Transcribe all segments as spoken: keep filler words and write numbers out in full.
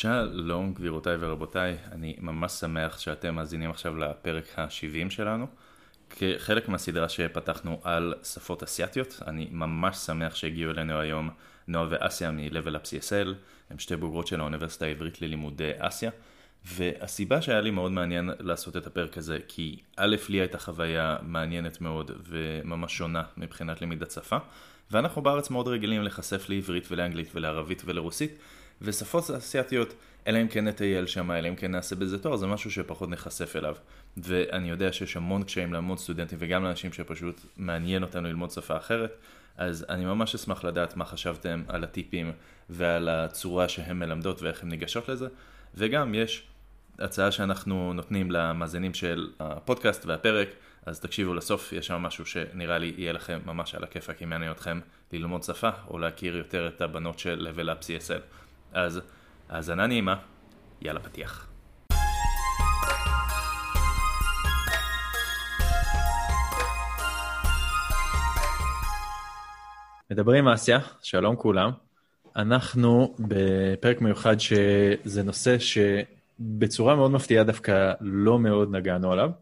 שלום גבירותיי ורבותיי, אני ממש שמח שאתם מאזינים עכשיו לפרק ה-שבעים שלנו. כחלק מהסדרה שפתחנו על שפות אסיאתיות, אני ממש שמח שהגיעו אלינו היום נועה ואסיה מ-Level Up סי אס אל, הם שתי בוגרות של האוניברסיטה העברית ללימודי אסיה, והסיבה שהיה לי מאוד מעניין לעשות את הפרק הזה, כי א' לי הייתה חוויה מעניינת מאוד וממש שונה מבחינת למידת שפה, ואנחנו בארץ מאוד רגילים לחשף לעברית ולאנגלית ולערבית ולרוסית, ושפות אסיאתיות, אלא אם כן נטייל שם, אלא אם כן נעשה בזה תואר, זה משהו שפחות נחשף אליו. ואני יודע שיש המון קשיים להמון סטודנטים, וגם לאנשים שפשוט מעניין אותנו ללמוד שפה אחרת, אז אני ממש אשמח לדעת מה חשבתם על הטיפים ועל הצורה שהם מלמדות ואיך הן ניגשות לזה. וגם יש הצעה שאנחנו נותנים למאזינים של הפודקאסט והפרק, אז תקשיבו לסוף, יש שם משהו שנראה לי יהיה לכם ממש על הכיף, אם מעניין אתכם ללמוד שפה או להכיר יותר את הבנות של Level Up סי אס אל. אז האזנה נעימה, יאללה פתיח. מדברים אסיה, שלום כולם. אנחנו בפרק מיוחד שזה נושא שבצורה מאוד מפתיעה דווקא לא מאוד נגענו עליו,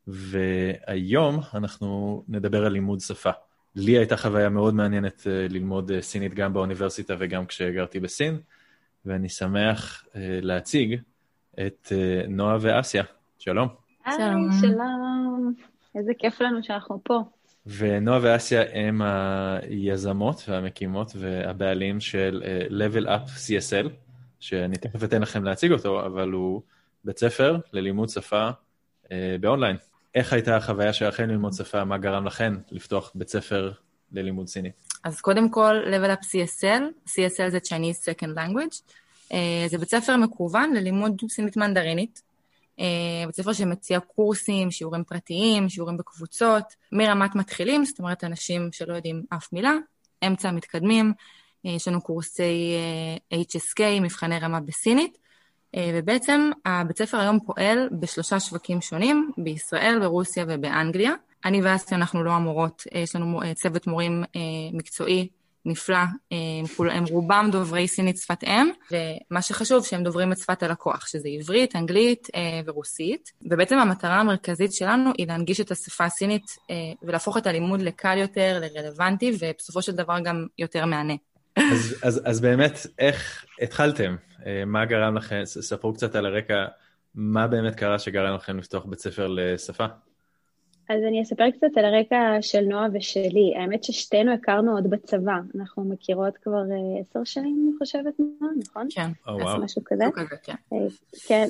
והיום אנחנו נדבר על לימוד שפה. לי הייתה חוויה מאוד מעניינת ללמוד סינית גם באוניברסיטה וגם כשגרתי בסין, ואני שמח uh, להציג את uh, נועה ואסיה. שלום. היי, שלום. איזה כיף לנו שאנחנו פה. ונועה ואסיה הם היזמות והמקימות והבעלים של uh, Level Up סי אס אל, שאני תכף אתן לכם להציג אותו, אבל הוא בית ספר ללימוד שפה uh, באונליין. איך הייתה החוויה שלכם ללמוד שפה? מה גרם לכם לפתוח בית ספר ללימוד סינית? אז קודם כל, Level Up סי אס אל, סי אס אל זה Chinese Second Language, זה בית ספר מקוון ללימוד סינית מנדרינית, בית ספר שמציע קורסים, שיעורים פרטיים, שיעורים בקבוצות, מרמת מתחילים, זאת אומרת אנשים שלא יודעים אף מילה, אמצע מתקדמים, יש לנו קורסי אייץ' אס קיי, מבחני רמה בסינית, ובעצם הבית ספר היום פועל בשלושה שווקים שונים, בישראל, ברוסיה ובאנגליה. אני ואסיה אנחנו לא אמורות, יש לנו צוות מורים מקצועי נפלא, הם רובם דוברי סינית שפת אם, ומה שחשוב שהם דוברים את שפת הלקוח, שזה עברית, אנגלית ורוסית, ובעצם המטרה המרכזית שלנו היא להנגיש את השפה הסינית ולהפוך את הלימוד לקל יותר, לרלוונטי, ובסופו של דבר גם יותר מענה. אז, אז, אז באמת, איך התחלתם? מה גרם לכם? ספרו קצת על הרקע, מה באמת קרה שגרם לכם לפתוח בית ספר לשפה? אז אני אספר קצת על הרקע של נועה ושלי. האמת ששתינו הכרנו עוד בצבא. אנחנו מכירות כבר עשר שנים, אני חושבת, נועה, נכון? כן. או, וואו. משהו כזה. כן. כן,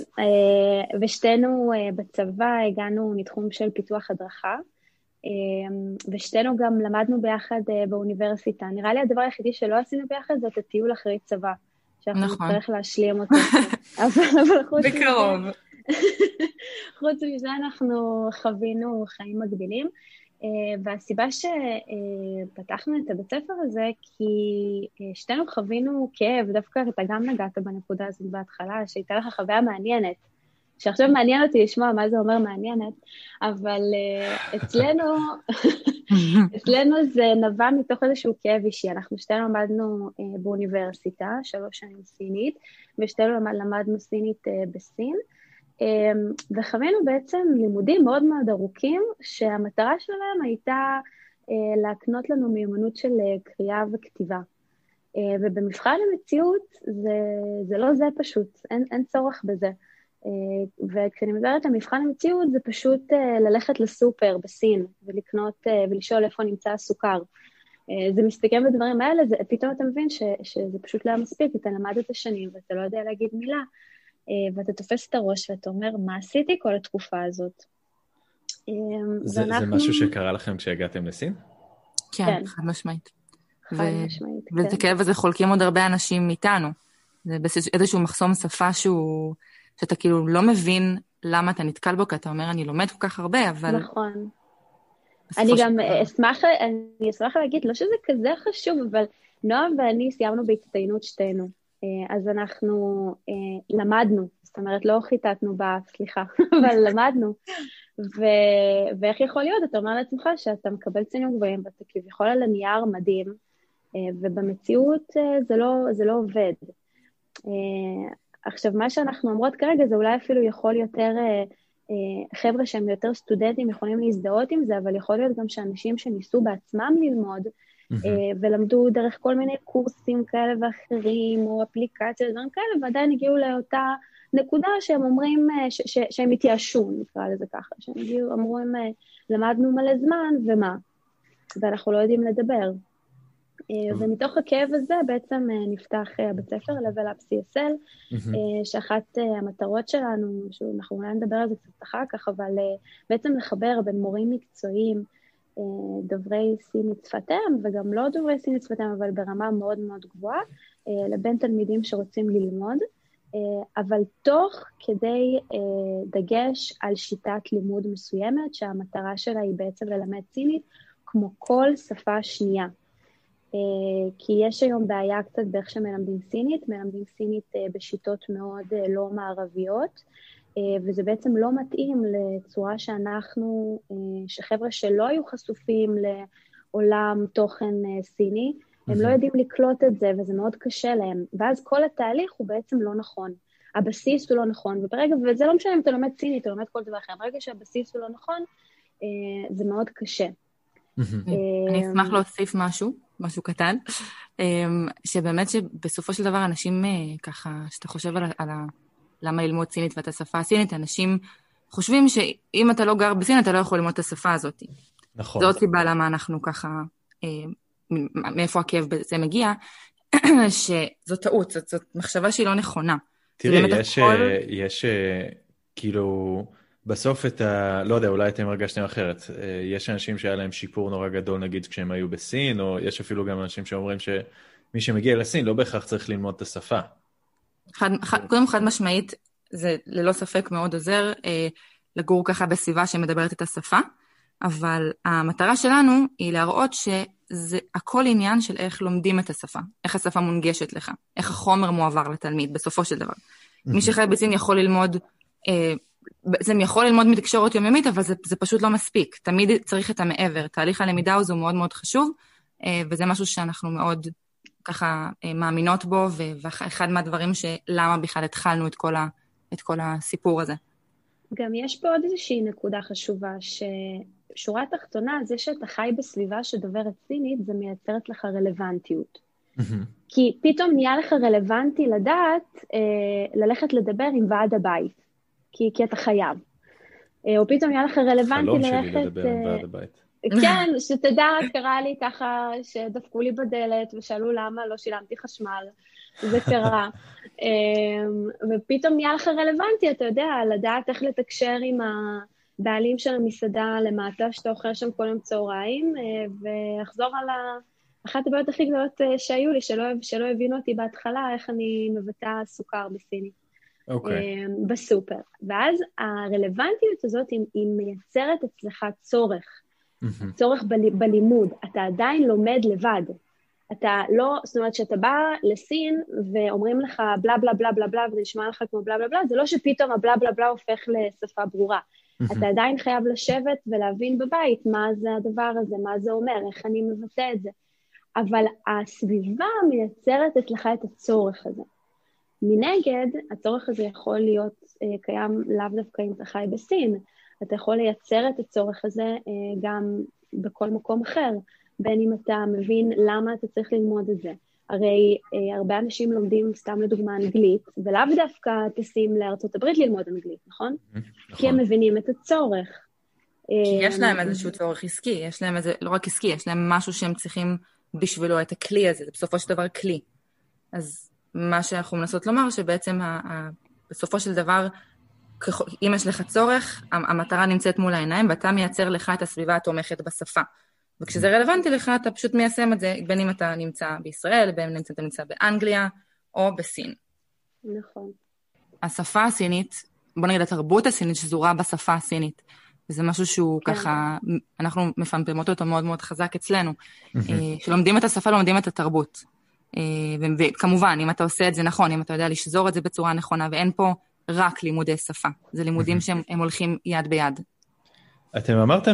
ושתינו בצבא הגענו מתחום של פיתוח הדרכה, ושתינו גם למדנו ביחד באוניברסיטה. נראה לי הדבר היחידי שלא עשינו ביחד זה את הטיול אחרי צבא, שאנחנו נצטרך להשלים אותו. בקרוב. חוץ מזה אנחנו חווינו חיים מגבילים, והסיבה שפתחנו את הבית ספר הזה, כי שתינו חווינו כאב, דווקא אתה גם נגעת בנקודה הזאת בהתחלה, שהייתה לך חוויה מעניינת, שעכשיו מעניין אותי לשמוע מה זה אומר מעניינת, אבל אצלנו, אצלנו זה נבע מתוך איזשהו כאב אישי. אנחנו שתינו למדנו באוניברסיטה, שלוש שנים סינית, ושתינו למדנו סינית בסין, וחווינו בעצם לימודים מאוד מאוד ארוכים, שהמטרה שלהם הייתה להקנות לנו מיומנות של קריאה וכתיבה. ובמבחן המציאות זה, זה לא זה פשוט, אין, אין צורך בזה. וכשאני מדברת על מבחן המציאות, זה פשוט ללכת לסופר בסין, ולקנות ולשאול איפה נמצא הסוכר. זה מסתכם בדברים האלה, זה, פתאום אתה מבין ש, שזה פשוט לא מספיק, אתה למד את השנים ואתה לא יודע להגיד מילה, ואתה תופס את הראש ואתה אומר, מה עשיתי כל התקופה הזאת? זה, ואנחנו... זה משהו שקרה לכם כשהגעתם לסין? כן, כן. חד משמעית. חד ו... משמעית, כן. ואת הכאב הזה חולקים עוד הרבה אנשים מאיתנו. זה איזשהו מחסום שפה שהוא, שאתה כאילו לא מבין למה אתה נתקל בו, כי אתה אומר, אני לומד כל כך הרבה, אבל... נכון. אני גם אשמח, אני אשמח להגיד, לא שזה כזה חשוב, אבל נועה ואני סיימנו בהצטיינות שתינו. אז אנחנו למדנו, זאת אומרת, לא חיטטנו בה, סליחה, אבל למדנו. ואיך יכול להיות? אתה אומר לעצמך שאתה מקבל ציונים גבוהים, ואתה כביכול על הנייר מדהים, ובמציאות זה לא, זה לא עובד. עכשיו, מה שאנחנו אומרות כרגע, זה אולי אפילו יכול יותר, חבר'ה שהם יותר סטודנטים יכולים להזדהות עם זה, אבל יכול להיות גם שאנשים שניסו בעצמם ללמוד, ולמדו דרך כל מיני קורסים כאלה ואחרים, או אפליקציות, דברים כאלה, ועדיין הגיעו לאותה נקודה שהם אומרים, ש- ש- שהם התייאשו, נקרא לזה ככה, שהם הגיעו, אמרו, הם למדנו מלא זמן, ומה? ואנחנו לא יודעים לדבר. ומתוך הכאב הזה בעצם נפתח בית ספר Level Up סי אס אל, שאחת המטרות שלנו, שאנחנו אולי נדבר על זה קצת אחר כך, אבל בעצם לחבר בין מורים מקצועיים, דוברי סינית שפתם, וגם לא דוברי סינית שפתם, אבל ברמה מאוד מאוד גבוהה, לבין תלמידים שרוצים ללמוד, אבל תוך כדי דגש על שיטת לימוד מסוימת, שהמטרה שלה היא בעצם ללמד סינית, כמו כל שפה שנייה. כי יש היום בעיה קצת באיך שמלמדים סינית, מלמדים סינית בשיטות מאוד לא מערביות, וזה בעצם לא מתאים לצורה שאנחנו, שחבר'ה שלא היו חשופים לעולם תוכן סיני, הם לא יודעים לקלוט את זה, וזה מאוד קשה להם. ואז כל התהליך הוא בעצם לא נכון. הבסיס הוא לא נכון, וברגע, וזה לא משנה אם אתה לומד סינית, אתה לומד כל דבר אחר, ברגע שהבסיס הוא לא נכון, זה מאוד קשה. אני אשמח להוסיף משהו, משהו קטן, שבאמת שבסופו של דבר אנשים ככה, שאתה חושב על, על למה ללמוד סינית ואת השפה הסינית, אנשים חושבים שאם אתה לא גר בסין, אתה לא יכול ללמוד את השפה הזאת. נכון. זאת סיבה למה אנחנו ככה, מאיפה הכאב בזה מגיע, שזו טעות, זאת, זאת מחשבה שהיא לא נכונה. תראי, יש, הכל... יש כאילו... בסוף את ה... לא יודע, אולי אתם הרגשתם אחרת. יש אנשים שהיה להם שיפור נורא גדול, נגיד, כשהם היו בסין, או יש אפילו גם אנשים שאומרים שמי שמגיע לסין לא בהכרח צריך ללמוד את השפה. חד, חד, קודם חד משמעית, זה ללא ספק מאוד עוזר אה, לגור ככה בסביבה שמדברת את השפה, אבל המטרה שלנו היא להראות שזה הכל עניין של איך לומדים את השפה, איך השפה מונגשת לך, איך החומר מועבר לתלמיד, בסופו של דבר. מי שחי בסין יכול ללמוד... אה, זה יכול ללמוד מתקשורת יומיומית, אבל זה, זה פשוט לא מספיק. תמיד צריך את המעבר. תהליך הלמידה הוא מאוד מאוד חשוב, וזה משהו שאנחנו מאוד ככה מאמינות בו, ואחד מהדברים שלמה בכלל התחלנו את כל, ה, את כל הסיפור הזה. גם יש פה עוד איזושהי נקודה חשובה, ששורה התחתונה, זה שאתה חי בסביבה שדוברת סינית, זה מייצרת לך רלוונטיות. כי פתאום נהיה לך רלוונטי לדעת, ללכת לדבר עם ועד הבית. כי, כי אתה חייב. או פתאום היה לך רלוונטי ללכת... חלום שלי לדבר עם ועד הבית. כן, שתדע, קרה לי ככה, שדפקו לי בדלת, ושאלו למה לא שילמתי חשמל. זה קרה. ופתאום נהיה לך רלוונטי, אתה יודע, לדעת איך לתקשר עם הבעלים של המסעדה למטה, שאתה אוכל שם כל יום צהריים, ואחזור על אחת הבעיות הכי גדולות שהיו לי, שלא, שלא הבינו אותי בהתחלה, איך אני מבטאה סוכר בסינית. Okay. בסופר. ואז הרלוונטיות הזאת היא, היא מייצרת אצלך צורך, mm-hmm. צורך ב- בלימוד. אתה עדיין לומד לבד. אתה לא, זאת אומרת שאתה בא לסין ואומרים לך בלה בלה בלה בלה בלה, וזה נשמע לך כמו בלה בלה בלה, זה לא שפתאום הבלה בלה בלה הופך לשפה ברורה. Mm-hmm. אתה עדיין חייב לשבת ולהבין בבית מה זה הדבר הזה, מה זה אומר, איך אני מבטא את זה. אבל הסביבה מייצרת אצלך את הצורך הזה. מנגד, הצורך הזה יכול להיות אה, קיים לאו דווקא אם אתה חי בסין. אתה יכול לייצר את הצורך הזה אה, גם בכל מקום אחר, בין אם אתה מבין למה אתה צריך ללמוד את זה. הרי אה, הרבה אנשים לומדים סתם לדוגמה אנגלית, ולאו דווקא טסים לארצות הברית ללמוד אנגלית, נכון? נכון. כי הם מבינים את הצורך. כי יש להם איזשהו צורך עסקי, יש להם איזה, לא רק עסקי, יש להם משהו שהם צריכים בשבילו את הכלי הזה, זה בסופו של דבר כלי. אז... מה שאנחנו מנסות לומר, שבעצם ה- ה- בסופו של דבר, אם יש לך צורך, המטרה נמצאת מול העיניים, ואתה מייצר לך את הסביבה התומכת בשפה. וכשזה רלוונטי לך, אתה פשוט מיישם את זה, בין אם אתה נמצא בישראל, בין אם אתה נמצא באנגליה, או בסין. נכון. השפה הסינית, בוא נגיד, התרבות הסינית שזורה בשפה הסינית, וזה משהו שהוא כן. ככה, אנחנו מפמפמות אותו מאוד מאוד חזק אצלנו, שלומדים את השפה, לומדים את התרבות. וכמובן, אם אתה עושה את זה נכון, אם אתה יודע לשזור את זה בצורה נכונה, ואין פה רק לימודי שפה, זה לימודים שהם הולכים יד ביד. אתם אמרתם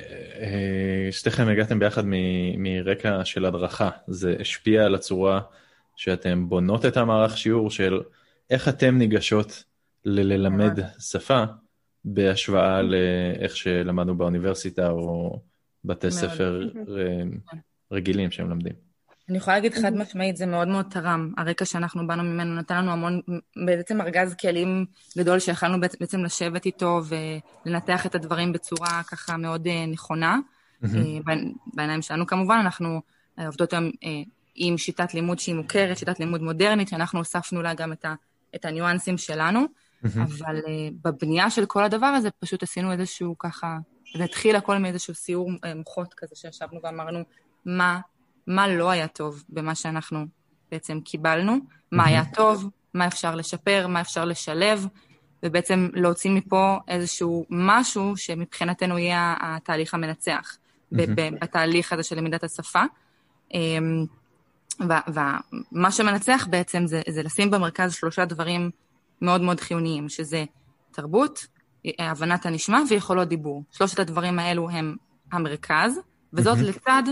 ששתיכם הגעתם ביחד מרקע של הדרכה, זה השפיע על הצורה שאתם בונות את המערך שיעור של איך אתם ניגשות ללמד שפה בהשוואה לאיך שלמדנו באוניברסיטה או בתי ספר רגילים שהם למדים? אני יכולה להגיד חד משמעית, זה מאוד מאוד תרם. הרקע שאנחנו באנו ממנו נתן לנו המון, בעצם ארגז כלים גדול שיכלנו בעצם לשבת איתו ולנתח את הדברים בצורה ככה מאוד נכונה. בעיניים שלנו כמובן, אנחנו עובדות היום עם שיטת לימוד שהיא מוכרת, שיטת לימוד מודרנית, שאנחנו הוספנו לה גם את, ה, את הניואנסים שלנו, אבל בבנייה של כל הדבר הזה פשוט עשינו איזשהו ככה, זה התחיל הכל מאיזשהו סיור מוחות כזה שישבנו ואמרנו מה, מה לא היה טוב במה שאנחנו בעצם קיבלנו, מה היה טוב, מה אפשר לשפר, מה אפשר לשלב, ובעצם להוציא מפה איזשהו משהו שמבחינתנו יהיה התהליך המנצח, בתהליך הזה של למידת השפה. ומה שמנצח בעצם זה, זה לשים במרכז שלושה דברים מאוד מאוד חיוניים, שזה תרבות, הבנת הנשמע ויכולות דיבור. שלושת הדברים האלו הם המרכז, וזאת לצד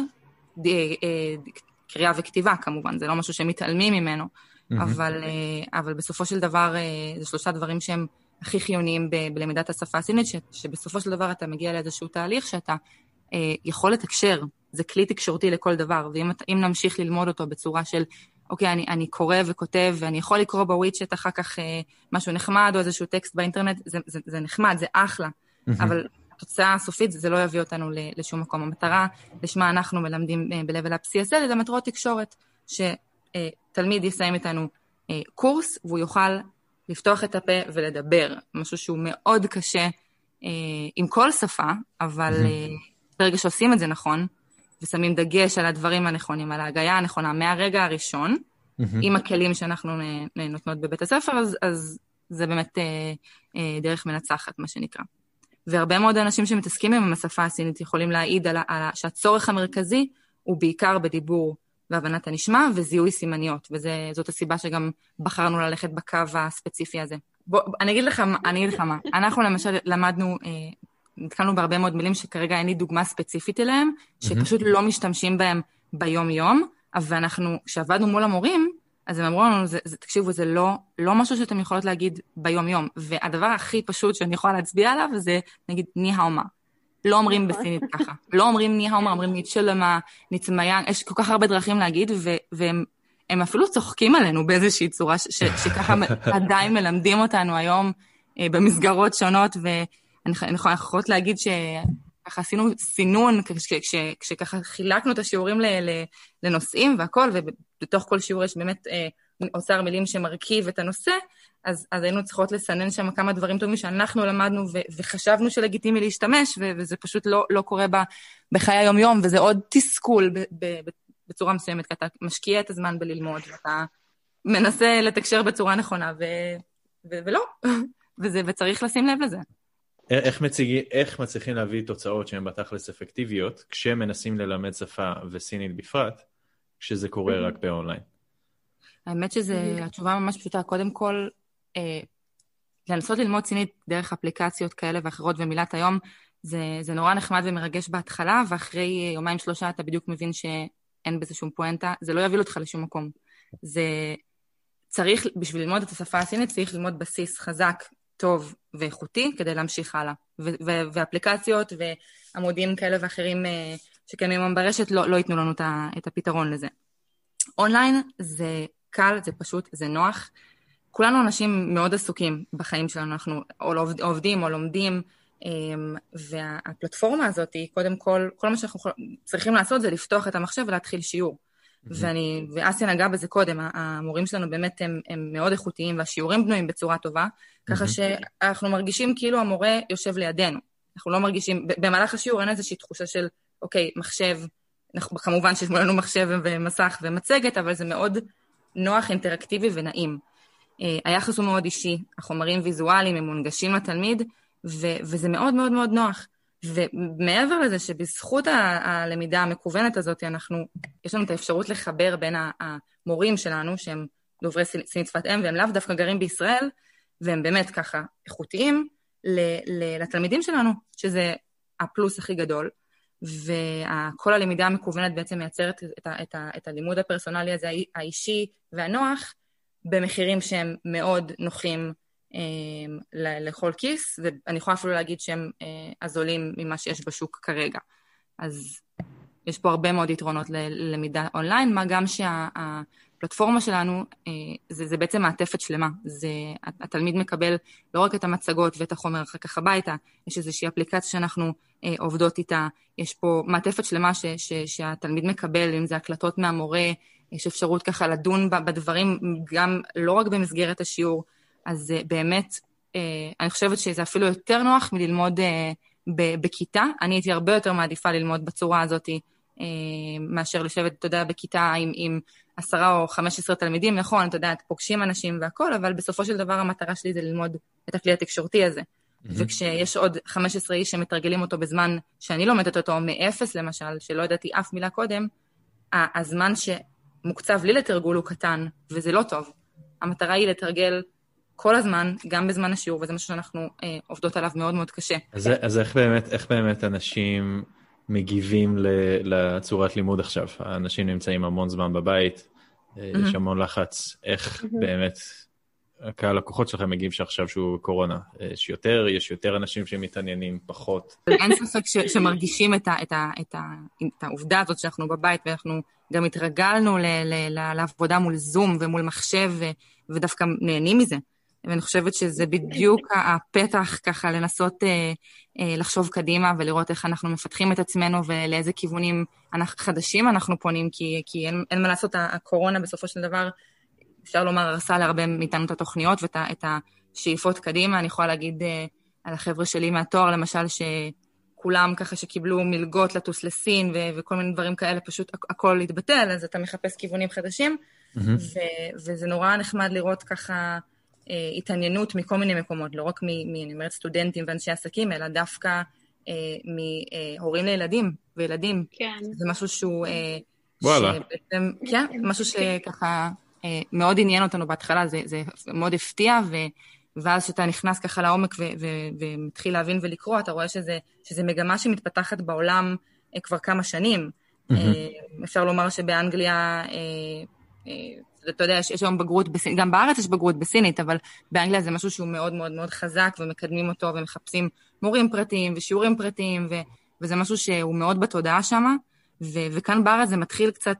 קריאה וכתיבה כמובן, זה לא משהו שמתעלמים ממנו, אבל, אבל בסופו של דבר זה שלושה דברים שהם הכי חיוניים בלמידת השפה הסינית, שבסופו של דבר אתה מגיע לאיזשהו תהליך שאתה יכול לתקשר, זה כלי תקשורתי לכל דבר, ואם נמשיך ללמוד אותו בצורה של, אוקיי, אני, אני קורא וכותב, ואני יכול לקרוא בוויצ'ט אחר כך משהו נחמד, או איזשהו טקסט באינטרנט, זה, זה, זה נחמד, זה אחלה, אבל התוצאה הסופית, זה לא יביא אותנו לשום מקום. המטרה, לשמה אנחנו מלמדים ב-Level Up סי אס אל, זה מטרות תקשורת, שתלמיד יסיים איתנו קורס, והוא יוכל לפתוח את הפה ולדבר, משהו שהוא מאוד קשה עם כל שפה, אבל ברגע שעושים את זה נכון, ושמים דגש על הדברים הנכונים, על ההגייה הנכונה, מהרגע הראשון, עם הכלים שאנחנו נותנות בבית הספר, אז, אז זה באמת דרך מנצחת, מה שנקרא. והרבה מאוד אנשים שמתעסקים עם השפה הסינית יכולים להעיד על, על שהצורך המרכזי הוא בעיקר בדיבור והבנת הנשמע וזיהוי סימניות, וזאת הסיבה שגם בחרנו ללכת בקו הספציפי הזה. בוא, אני אגיד לך, אני אגיד לך מה, אנחנו למשל למדנו, נתקלנו בהרבה מאוד מילים שכרגע אין לי דוגמה ספציפית אליהם, שפשוט לא משתמשים בהם ביום-יום, אבל אנחנו, כשעבדנו מול המורים, אז הם אמרו לנו, זה, זה, תקשיבו, זה לא, לא משהו שאתם יכולות להגיד ביום-יום, והדבר הכי פשוט שאני יכולה להצביע עליו, זה נגיד ני האומה. לא אומרים בסינית ככה. לא אומרים ני האומה, אומרים ניטשלמה, ניצמיין, יש כל כך הרבה דרכים להגיד, ו, והם הם אפילו צוחקים עלינו באיזושהי צורה, ש, ש, שככה עדיין מלמדים אותנו היום אה, במסגרות שונות, ואני יכולה להגיד שככה עשינו סינון, כש, כש, כשככה חילקנו את השיעורים ל, ל, לנושאים והכל, ובתוך כל שיעור יש באמת אה, אוצר מילים שמרכיב את הנושא, אז, אז היינו צריכות לסנן שם כמה דברים טובים שאנחנו למדנו ו, וחשבנו שלגיטימי להשתמש, ו, וזה פשוט לא, לא קורה ב, בחיי היום-יום, וזה עוד תסכול ב, ב, בצורה מסוימת, כי אתה משקיע את הזמן בללמוד, ואתה מנסה לתקשר בצורה נכונה, ו, ו, ולא, וזה, וצריך לשים לב לזה. איך, מציגי, איך מצליחים להביא תוצאות שהן בתכלס אפקטיביות, כשמנסים ללמד שפה וסינית בפרט, כשזה קורה רק באונליין? האמת שזה, התשובה ממש פשוטה. קודם כל, אה, לנסות ללמוד סינית דרך אפליקציות כאלה ואחרות ומילת היום, זה, זה נורא נחמד ומרגש בהתחלה, ואחרי יומיים שלושה אתה בדיוק מבין שאין בזה שום פואנטה, זה לא יביא אותך לשום מקום. זה צריך, בשביל ללמוד את השפה הסינית, צריך ללמוד בסיס חזק, טוב ואיכותי, כדי להמשיך הלאה. ו- ו- ואפליקציות ועמודים כאלה ואחרים אה, שקיימים היום ברשת, לא, לא ייתנו לנו את, ה- את הפתרון לזה. אונליין זה קל, זה פשוט, זה נוח. כולנו אנשים מאוד עסוקים בחיים שלנו, אנחנו או עובדים או לומדים, והפלטפורמה הזאת היא קודם כל, כל מה שאנחנו צריכים לעשות זה לפתוח את המחשב ולהתחיל שיעור. ואני, ואסיה נגע בזה קודם, המורים שלנו באמת הם, הם מאוד איכותיים, והשיעורים בנויים בצורה טובה, ככה שאנחנו מרגישים כאילו המורה יושב לידינו. אנחנו לא מרגישים, במהלך השיעור אין איזושהי תחושה של, אוקיי, מחשב, כמובן שיש לנו מחשב ומסך ומצגת, אבל זה מאוד נוח, אינטראקטיבי ונעים. היחס הוא מאוד אישי, החומרים ויזואליים הם מונגשים לתלמיד, ו- וזה מאוד מאוד מאוד נוח. ומעבר לזה שבזכות ה- הלמידה המקוונת הזאת, אנחנו, יש לנו את האפשרות לחבר בין המורים שלנו, שהם דוברי סינית שפת אם, והם לאו דווקא גרים בישראל, והם באמת ככה איכותיים, ל- ל- לתלמידים שלנו, שזה הפלוס הכי גדול. וכל הלמידה המקוונת בעצם מייצרת את, ה, את, ה, את הלימוד הפרסונלי הזה, האישי והנוח, במחירים שהם מאוד נוחים לכל כיס, ואני יכולה אפילו להגיד שהם הזולים ממה שיש בשוק כרגע. אז יש פה הרבה מאוד יתרונות ללמידה אונליין, מה גם שהפלטפורמה שלנו, זה, זה בעצם מעטפת שלמה. זה, התלמיד מקבל לא רק את המצגות ואת החומר אחר כך הביתה, יש איזושהי אפליקציה שאנחנו עובדות איתה, יש פה מעטפת שלמה ש, ש, שהתלמיד מקבל, אם זה הקלטות מהמורה, יש אפשרות ככה לדון בדברים, גם לא רק במסגרת השיעור, אז באמת, אני חושבת שזה אפילו יותר נוח מללמוד בכיתה. אני הייתי הרבה יותר מעדיפה ללמוד בצורה הזאת, מאשר לשבת, אתה יודע, בכיתה עם, עם עשרה או חמש עשרה תלמידים, נכון, אתה יודע, פוגשים אנשים והכל, אבל בסופו של דבר המטרה שלי זה ללמוד את הכלי התקשורתי הזה. Mm-hmm. וכשיש עוד חמש עשרה איש שמתרגלים אותו בזמן שאני לומדת אותו מאפס, למשל, שלא ידעתי אף מילה קודם, הזמן שמוקצב לי לתרגול הוא קטן, וזה לא טוב. המטרה היא לתרגל כל הזמן, גם בזמן השיעור, וזה משהו שאנחנו אה, עובדות עליו מאוד מאוד קשה. אז, אז איך באמת, איך באמת אנשים מגיבים לצורת לימוד עכשיו? האנשים נמצאים המון זמן בבית, mm-hmm. יש המון לחץ. איך mm-hmm. באמת הקהל לקוחות שלכם מגיב שעכשיו שהוא קורונה? יש יותר, יש יותר אנשים שמתעניינים, פחות? אין ספק ש, שמרגישים את, ה, את, ה, את, ה, את העובדה הזאת שאנחנו בבית, ואנחנו גם התרגלנו ל, ל, ל, לעבודה מול זום ומול מחשב, ו, ודווקא נהנים מזה. ואני חושבת שזה בדיוק הפתח ככה לנסות אה, אה, לחשוב קדימה ולראות איך אנחנו מפתחים את עצמנו ולאיזה כיוונים אנחנו, חדשים אנחנו פונים, כי, כי אין, אין מה לעשות, הקורונה בסופו של דבר, אפשר לומר, הרסה להרבה מאיתנו את התוכניות ואת את השאיפות קדימה. אני יכולה להגיד אה, על החבר'ה שלי מהתואר, למשל, שכולם ככה שקיבלו מלגות לטוס לסין ו- וכל מיני דברים כאלה, פשוט הכל להתבטל, אז אתה מחפש כיוונים חדשים, mm-hmm. ו- וזה נורא נחמד לראות ככה, התעניינות מכל מיני מקומות, לא רק מ, אומרת, סטודנטים ואנשי עסקים, אלא דווקא אה, מהורים לילדים וילדים. כן. זה משהו שהוא... אה, וואלה. שבעצם, כן, משהו שככה אה, מאוד עניין אותנו בהתחלה, זה, זה מאוד הפתיע, ו, ואז שאתה נכנס ככה לעומק ו, ו, ומתחיל להבין ולקרוא, אתה רואה שזה, שזה מגמה שמתפתחת בעולם אה, כבר כמה שנים. Mm-hmm. אה, אפשר לומר שבאנגליה... אה, אה, אתה יודע, יש היום בגרות בסינית, גם בארץ יש בגרות בסינית, אבל באנגליה זה משהו שהוא מאוד מאוד מאוד חזק, ומקדמים אותו, ומחפשים מורים פרטיים ושיעורים פרטיים, ו, וזה משהו שהוא מאוד בתודעה שם, ו, וכאן בארץ זה מתחיל קצת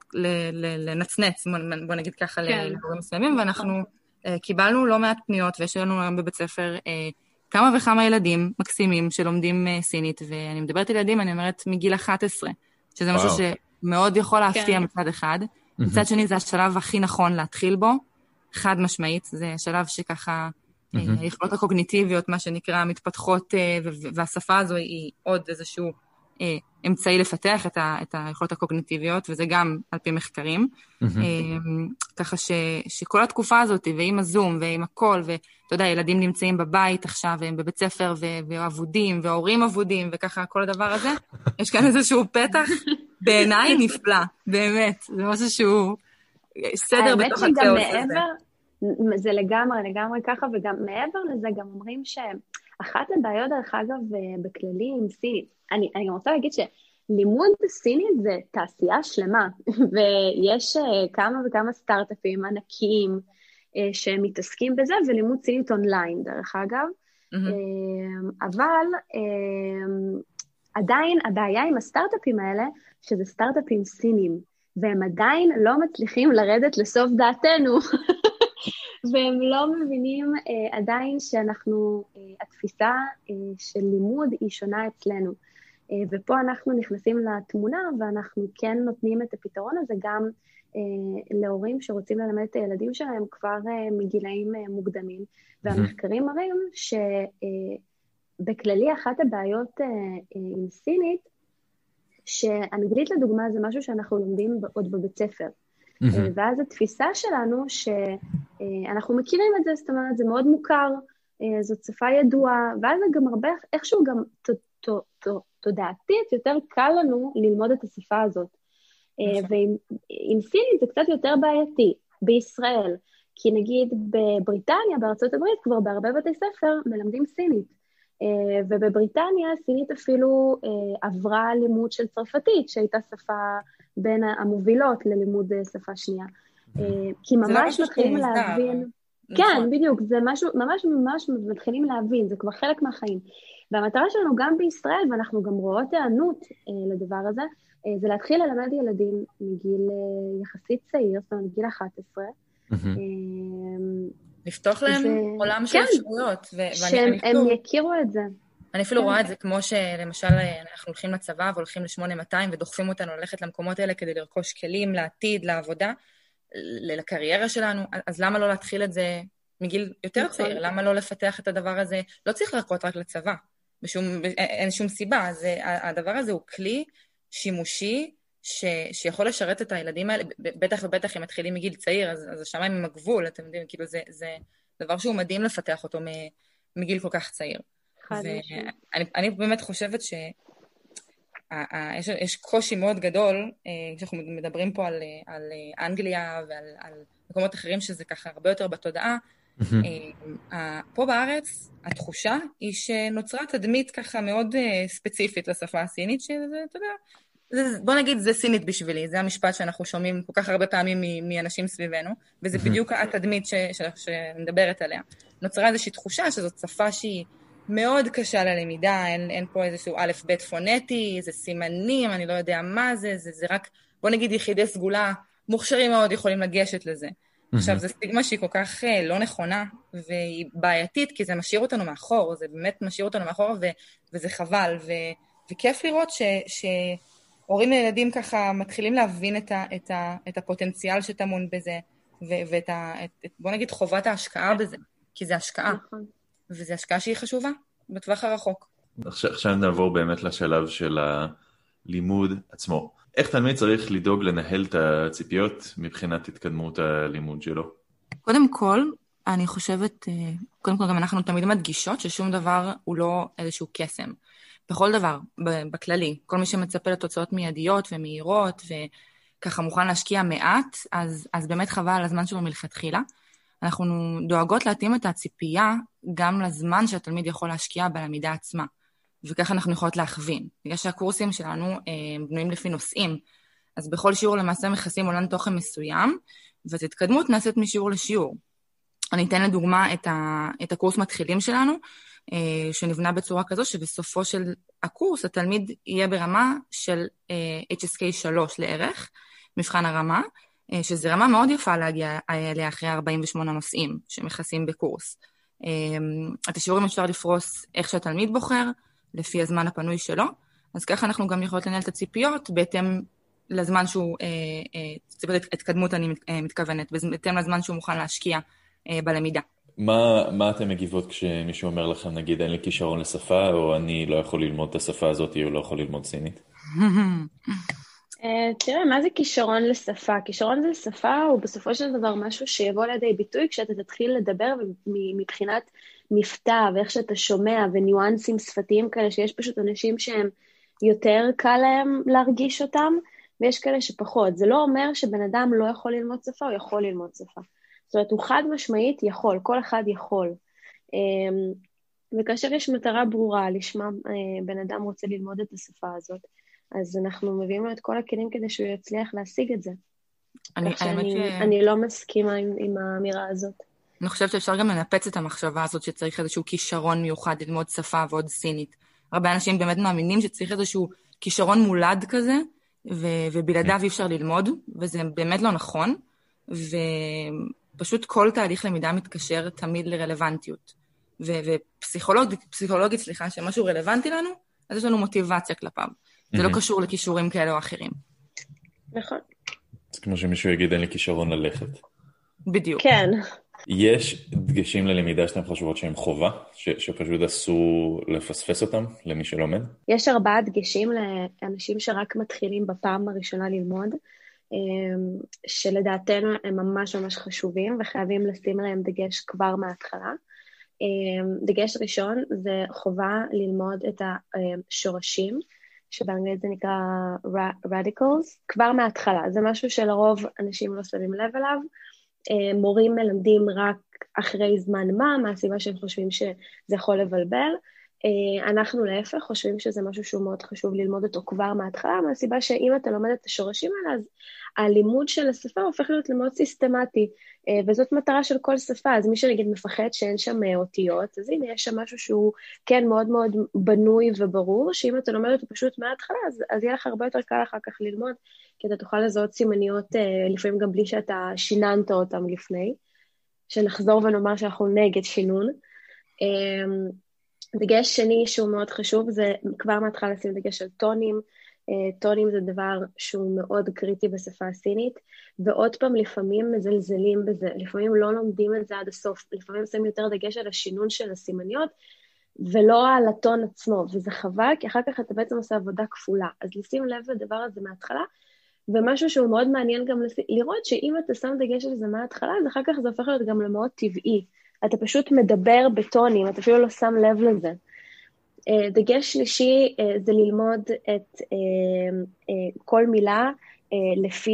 לנצנץ, בוא נגיד ככה, כן. לדברים מסוימים, ואנחנו uh, קיבלנו לא מעט פניות, ויש לנו היום בבית ספר uh, כמה וכמה ילדים מקסימים שלומדים uh, סינית, ואני מדברת ילדים, אני אומרת מגיל אחת עשרה, שזה וואו. משהו שמאוד יכול להפתיע כן. מצד אחד, מצד שני, זה השלב הכי נכון להתחיל בו, חד משמעית, זה השלב שככה, היכולות הקוגניטיביות, מה שנקרא, מתפתחות, והשפה הזו היא עוד איזשהו אמצעי לפתח את היכולות הקוגניטיביות, וזה גם על פי מחקרים, ככה שכל התקופה הזאת, ועם הזום, ועם הכל, ואתה יודע, ילדים נמצאים בבית עכשיו, והם בבית ספר, ועבודים, וההורים עבודים, וככה כל הדבר הזה, יש כאן איזשהו פתח, בעיניי נפלא, באמת, זה משהו שהוא סדר בתוך הכאוס הזה. זה לגמרי, לגמרי ככה, וגם מעבר לזה גם אומרים שאחת הבעיות, דרך אגב, בכללי עם סינית, אני, אני גם רוצה להגיד שלימוד בסינית זה תעשייה שלמה, ויש כמה וכמה סטארט-אפים ענקיים שמתעסקים בזה, ולימוד סינית אונליין, דרך אגב, אבל עדיין הבעיה עם הסטארט-אפים האלה, שזה סטארט-אפים סינים, והם עדיין לא מצליחים לרדת לסוף דעתנו, והם לא מבינים אה, עדיין שאנחנו, אה, התפיסה אה, של לימוד היא שונה אצלנו, אה, ופה אנחנו נכנסים לתמונה, ואנחנו כן נותנים את הפתרון הזה גם אה, להורים שרוצים ללמד את הילדים שלהם כבר אה, מגילאים אה, מוקדמים, והמחקרים מראים שבכללי אה, אחת הבעיות אה, אה, עם סינית, שאנגלית לדוגמה זה משהו שאנחנו לומדים עוד בבית ספר, mm-hmm. ואז התפיסה שלנו שאנחנו מכירים את זה, זאת אומרת זה מאוד מוכר, זאת שפה ידועה, ואז זה גם הרבה, איכשהו גם תודעתית יותר קל לנו ללמוד את השפה הזאת, mm-hmm. ועם סינית זה קצת יותר בעייתי בישראל, כי נגיד בבריטניה, בארצות הברית, כבר בהרבה בתי ספר מלמדים סינית, ובבריטניה סינית אפילו עברה לימוד של צרפתית, שהייתה שפה בין המובילות ללימוד שפה שנייה. כי ממש מתחילים להבין, כן, בדיוק, זה משהו, ממש ממש מתחילים להבין, זה כבר חלק מהחיים. והמטרה שלנו גם בישראל, ואנחנו גם רואות הענות לדבר הזה, זה להתחיל ללמד ילדים מגיל יחסית צעיר, זאת אומרת, גיל אחת עשרה. לפתוח להם עולם של אפשרויות. שהם יכירו את זה. אני אפילו רואה את זה כמו שלמשל אנחנו הולכים לצבא והולכים ל-שמונה מאתיים ודוחפים אותנו ללכת למקומות האלה כדי לרכוש כלים לעתיד, לעבודה, לקריירה שלנו, אז למה לא להתחיל את זה מגיל יותר צעיר? למה לא לפתח את הדבר הזה? לא צריך לחכות רק לצבא, בשום, אין שום סיבה. אז הדבר הזה הוא כלי שימושי ש, שיכול לשרת את הילדים האלה, בטח ובטח הם מתחילים מגיל צעיר, אז, אז השמיים עם הגבול, אתם יודעים, כאילו זה, זה דבר שהוא מדהים לפתח אותו מגיל כל כך צעיר. ואני אני באמת חושבת ש... יש, יש קושי מאוד גדול, כשאנחנו מדברים פה על, על אנגליה ועל על מקומות אחרים שזה ככה הרבה יותר בתודעה, פה בארץ התחושה היא שנוצרה תדמית ככה מאוד ספציפית לשפה הסינית, שזה, אתה יודע, זה, בוא נגיד, זה סינית בשבילי, זה המשפט שאנחנו שומעים כל כך הרבה פעמים מאנשים סביבנו, וזה בדיוק התדמית ש, ש, שנדברת עליה. נוצרה איזושהי תחושה שזאת שפה שהיא מאוד קשה ללמידה, אין, אין פה איזשהו א' ב' פונטי, איזה סימנים, אני לא יודע מה זה, זה, זה רק, בוא נגיד, יחידי סגולה, מוכשרים מאוד יכולים לגשת לזה. Mm-hmm. עכשיו, זו סטיגמה שהיא כל כך לא נכונה, והיא בעייתית, כי זה משאיר אותנו מאחור, זה באמת משאיר אותנו מאחור, ו, וזה חבל, ו, וכיף לראות ש, שהורים לילדים ככה מתחילים להבין את, ה, את, ה, את הפוטנציאל שטמון בזה, ו, ואת ה, את, בוא נגיד, חובת ההשקעה בזה, כי זה השקעה. נכון. וזו השקעה שהיא חשובה, בטווח הרחוק. עכשיו, עכשיו נעבור באמת לשלב של הלימוד עצמו. איך תלמיד צריך לדאוג לנהל את הציפיות מבחינת התקדמות הלימוד שלו? קודם כל, אני חושבת, קודם כל גם אנחנו תמיד מדגישות ששום דבר הוא לא איזשהו קסם. בכל דבר, בכללי, כל מי שמצפה לתוצאות מיידיות ומהירות, וככה מוכן להשקיע מעט, אז, אז באמת חבל על הזמן שלו מלכתחילה. אנחנו דואגות להתאים את הציפייה גם לזמן שהתלמיד יכול להשקיע בלמידה עצמה, וכך אנחנו יכולות להכווין. בגלל שהקורסים שלנו אה, בנויים לפי נושאים, אז בכל שיעור למעשה מכסים עולם תוכן מסוים, ואת התקדמות נעשית משיעור לשיעור. אני אתן לדוגמה את, ה, את הקורס מתחילים שלנו, אה, שנבנה בצורה כזו שבסופו של הקורס התלמיד יהיה ברמה של אה, אייץ' אס קיי שלוש לערך, מבחן הרמה, שזו רמה מאוד יפה להגיע אליה אחרי ארבעים ושמונה נושאים שמכסים בקורס. את השיעורים אפשר לפרוס איך שהתלמיד בוחר, לפי הזמן הפנוי שלו, אז ככה אנחנו גם יכולות לנהל את הציפיות, בהתאם לזמן שהוא, ציפיות התקדמות אני מתכוונת, בהתאם לזמן שהוא מוכן להשקיע בלמידה. מה, מה אתם מגיבות כשמישהו אומר לכם, נגיד, אין לי כישרון לשפה, או אני לא יכול ללמוד את השפה הזאת, או לא יכול ללמוד סינית? תראה, מה זה כישרון לשפה? כישרון לשפה הוא בסופו של דבר משהו שיבוא לידי ביטוי כשאתה תתחיל לדבר מבחינת מבטא ואיך שאתה שומע וניואנסים שפתיים כאלה, שיש פשוט אנשים שהם יותר קל להם להרגיש אותם, ויש כאלה שפחות. זה לא אומר שבן אדם לא יכול ללמוד שפה, הוא יכול ללמוד שפה. זאת אומרת, הוא חד משמעית יכול, כל אחד יכול. וכאשר יש מטרה ברורה לשמה בן אדם רוצה ללמוד את השפה הזאת, אז אנחנו מביאים לו את כל הכלים כדי שהוא יצליח להשיג את זה. אני, שאני, ש... אני לא מסכימה עם, עם האמירה הזאת. אני חושבת שאפשר גם לנפץ את המחשבה הזאת שצריך איזשהו כישרון מיוחד ללמוד שפה ועוד סינית. הרבה אנשים באמת מאמינים שצריך איזשהו כישרון מולד כזה, ו... ובלעדיו אי אפשר ללמוד, וזה באמת לא נכון, ופשוט כל תהליך למידה מתקשר תמיד לרלוונטיות. ו... ופסיכולוגית, פסיכולוגית, סליחה, שמשהו רלוונטי לנו, אז יש לנו מוטיבציה כלפיו. זה לא קשור לכישורים כאלה או אחרים. נכון. זה כמו שמישהו יגיד, אין לי כישרון ללכת. בדיוק. כן. יש דגשים ללמידה שאתם חושבות שהם חובה, ש- שפשוט אסור לפספס אותם למי שלומד? יש ארבעה דגשים לאנשים שרק מתחילים בפעם הראשונה ללמוד, שלדעתנו הם ממש ממש חשובים, וחייבים לשים להם דגש כבר מההתחלה. דגש ראשון זה חובה ללמוד את השורשים, שבאנגלית זה נקרא radicals, כבר מההתחלה. זה משהו שלרוב אנשים לא שמים לב אליו. מורים מלמדים רק אחרי זמן מה, מהסיבה שהם חושבים שזה יכול לבלבל, אנחנו להפך חושבים שזה משהו שהוא מאוד חשוב ללמוד אותו כבר מההתחלה, מהסיבה שאם אתה לומד את השורשים האלה, אז הלימוד של השפה הופך להיות למאוד סיסטמטי, וזאת מטרה של כל שפה, אז מי שנגיד מפחד שאין שם אותיות, אז הנה יש שם משהו שהוא כן מאוד מאוד בנוי וברור, שאם אתה לומד אותו פשוט מההתחלה, אז, אז יהיה לך הרבה יותר קל אחר כך ללמוד, כי אתה תוכל לזהות סימניות, לפעמים גם בלי שאתה שיננת אותם לפני, שנחזור ונאמר שאנחנו נגד שינון. דגש שני שהוא מאוד חשוב, זה כבר מההתחלה לשים דגש על טונים, טונים זה דבר שהוא מאוד קריטי בשפה הסינית, ועוד פעם לפעמים מזלזלים בזה, לפעמים לא לומדים את זה עד הסוף, לפעמים שמים יותר דגש על השינון של הסימניות, ולא על הטון עצמו, וזה חבל, כי אחר כך אתה בעצם עושה עבודה כפולה, אז לשים לב לדבר הזה מההתחלה, ומשהו שהוא מאוד מעניין גם לראות שאם אתה שם דגש על זה מההתחלה, אז אחר כך זה הופך להיות גם למאוד טבעי, אתה פשוט מדבר בטונים, אתה אפילו לא שם לב לזה. דגש שלישי זה ללמוד את כל מילה לפי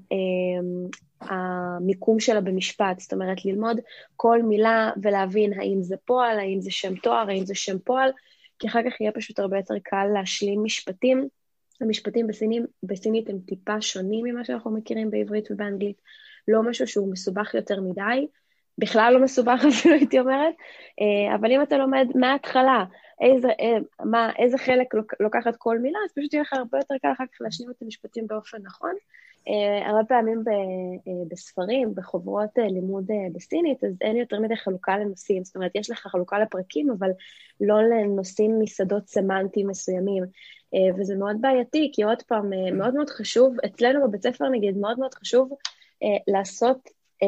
המיקום שלה במשפט, זאת אומרת ללמוד כל מילה ולהבין האם זה פועל, האם זה שם תואר, האם זה שם פועל, כי אחר כך יהיה פשוט הרבה יותר קל להשלים משפטים. המשפטים בסינית, בסינית הם טיפה שונים ממה שאנחנו מכירים בעברית ובאנגלית, לא משהו שהוא מסובך יותר מדי, בכלל לא מסובך אפילו הייתי אומרת, אבל אם אתה לומד מההתחלה, איזה, מה, איזה חלק לוקחת כל מילה, אז פשוט יהיה לך הרבה יותר קל אחר כך להשלים את המשפטים באופן נכון. הרבה פעמים בספרים, בחוברות לימוד בסינית, אז אין יותר מדי חלוקה לנושאים, זאת אומרת, יש לך חלוקה לפרקים, אבל לא לנושאים משדות סמנטיים מסוימים, וזה מאוד בעייתי, כי עוד פעם, מאוד מאוד חשוב, אצלנו בבית ספר נגיד, מאוד מאוד חשוב לעשות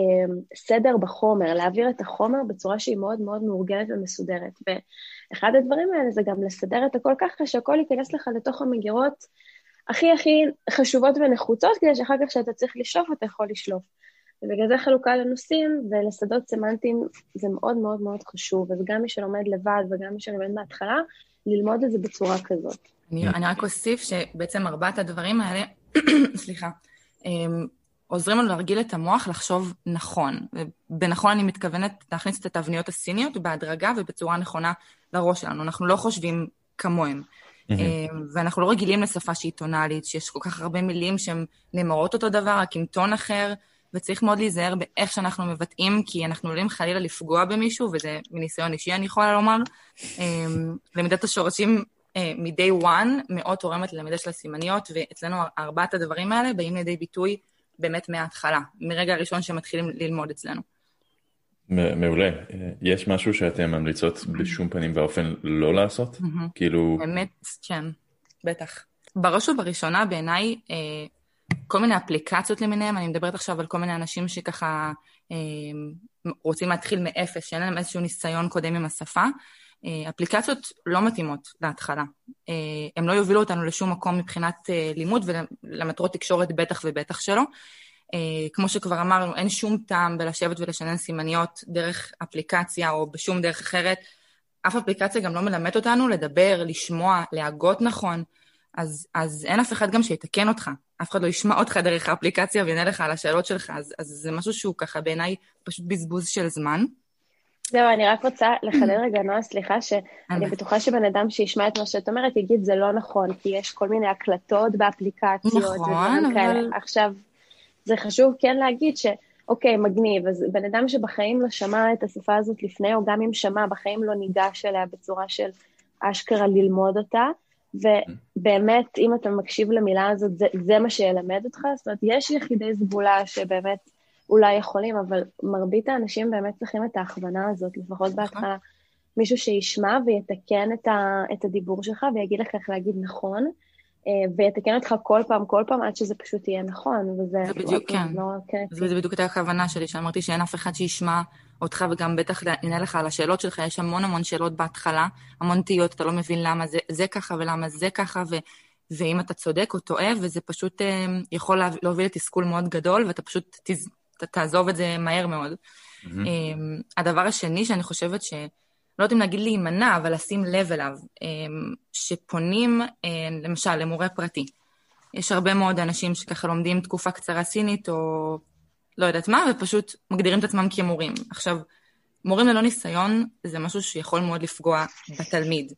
סדר בחומר, להעביר את החומר בצורה שהיא מאוד מאוד מאורגנת ומסודרת, ואחד הדברים האלה זה גם לסדר את הכל ככה, שהכל ייכנס לך לתוך המגירות הכי הכי חשובות ונחוצות, כדי שאחר כך שאתה צריך לשלוף, אתה יכול לשלוף. ובגלל זה חלוקה לנושאים ולסדות סמנטיים זה מאוד מאוד מאוד חשוב, אז גם מי שלומד לבד וגם מי שלומד מההתחלה, ללמוד את זה בצורה כזאת. אני, אני רק אוסיף שבעצם ארבעת הדברים האלה, סליחה, עוזרים לנו להרגיל את המוח לחשוב נכון. ובנכון אני מתכוונת להכניס את התבניות הסיניות בהדרגה ובצורה נכונה לראש שלנו. אנחנו לא חושבים כמוהם. ואנחנו לא רגילים לשפה שהיא טונלית, שיש כל כך הרבה מילים שהן נאמרות אותו דבר, רק עם טון אחר, וצריך מאוד להיזהר באיך שאנחנו מבטאים, כי אנחנו עולים חלילה לפגוע במישהו, וזה מניסיון אישי אני יכולה לומר. למידת השורשים מ-day one מאוד תורמת ללמידה של הסימניות, ואצלנו ארבעת הדברים האלה באים לידי ביטוי באמת מההתחלה, מרגע הראשון שמתחילים ללמוד אצלנו. מעולה. יש משהו שאתם ממליצות בשום פנים ואופן לא לעשות? כאילו... באמת, כן, בטח. בראש ובראשונה בעיניי, כל מיני אפליקציות למיניהם, אני מדברת עכשיו על כל מיני אנשים שככה רוצים להתחיל מאפס, שאין להם איזשהו ניסיון קודם עם השפה, אפליקציות לא מתאימות להתחלה. הם לא יובילו אותנו לשום מקום מבחינת לימוד, ולמטרות תקשורת בטח ובטח שלו. כמו שכבר אמרנו, אין שום טעם בלשבת ולשנן סימניות דרך אפליקציה או בשום דרך אחרת. אף אפליקציה גם לא מלמד אותנו לדבר, לשמוע, להגות נכון. אז, אז אין אף אחד גם שיתקן אותך. אף אחד לא ישמע אותך דרך האפליקציה ויענה לך על השאלות שלך. אז, אז זה משהו שהוא ככה בעיניי פשוט בזבוז של זמן. זהו, אני רק רוצה לחדד רגע, נועה, סליחה, שאני בטוחה שבן אדם שישמע את מה שאת אומרת, יגיד, זה לא נכון, כי יש כל מיני הקלטות באפליקציות. נכון, אבל... עכשיו, זה חשוב כן להגיד שאוקיי, מגניב, אז בן אדם שבחיים לא שמע את השפה הזאת לפני, או גם אם שמע, בחיים לא ניגש אליה בצורה של אשכרה ללמוד אותה, ובאמת, אם אתה מקשיב למילה הזאת, זה, זה מה שילמד אותך, זאת אומרת, יש יחידי סגולה שבאמת אולי יכולים, אבל מרבית האנשים באמת צריכים את ההכוונה הזאת, לפחות בהתחלה, מישהו שישמע ויתקן את, ה, את הדיבור שלך, ויגיד לך איך להגיד נכון, ויתקן אותך כל פעם, כל פעם, עד שזה פשוט יהיה נכון, וזה... זה בדיוק, כן. זה בדיוק את הכוונה שלי, שאמרתי שאין אף אחד שישמע אותך, וגם בטח יענה לך על השאלות שלך, יש המון המון שאלות בהתחלה, המון תהיות, אתה לא מבין למה זה, זה ככה ולמה זה ככה, ו, ואם אתה צודק או טועה, וזה פשוט יכול להוביל לתסכול מאוד גדול, ואתה פשוט תז, תעזוב את זה מהר מאוד. Mm-hmm. הדבר השני שאני חושבת ש... לא יודעים להגיד להימנע, אבל לשים לב אליו, שפונים, למשל, למורה פרטי. יש הרבה מאוד אנשים שככה לומדים תקופה קצרה סינית, או לא יודעת מה, ופשוט מגדירים את עצמם כמורים. עכשיו, מורים ללא ניסיון, זה משהו שיכול מאוד לפגוע בתלמיד.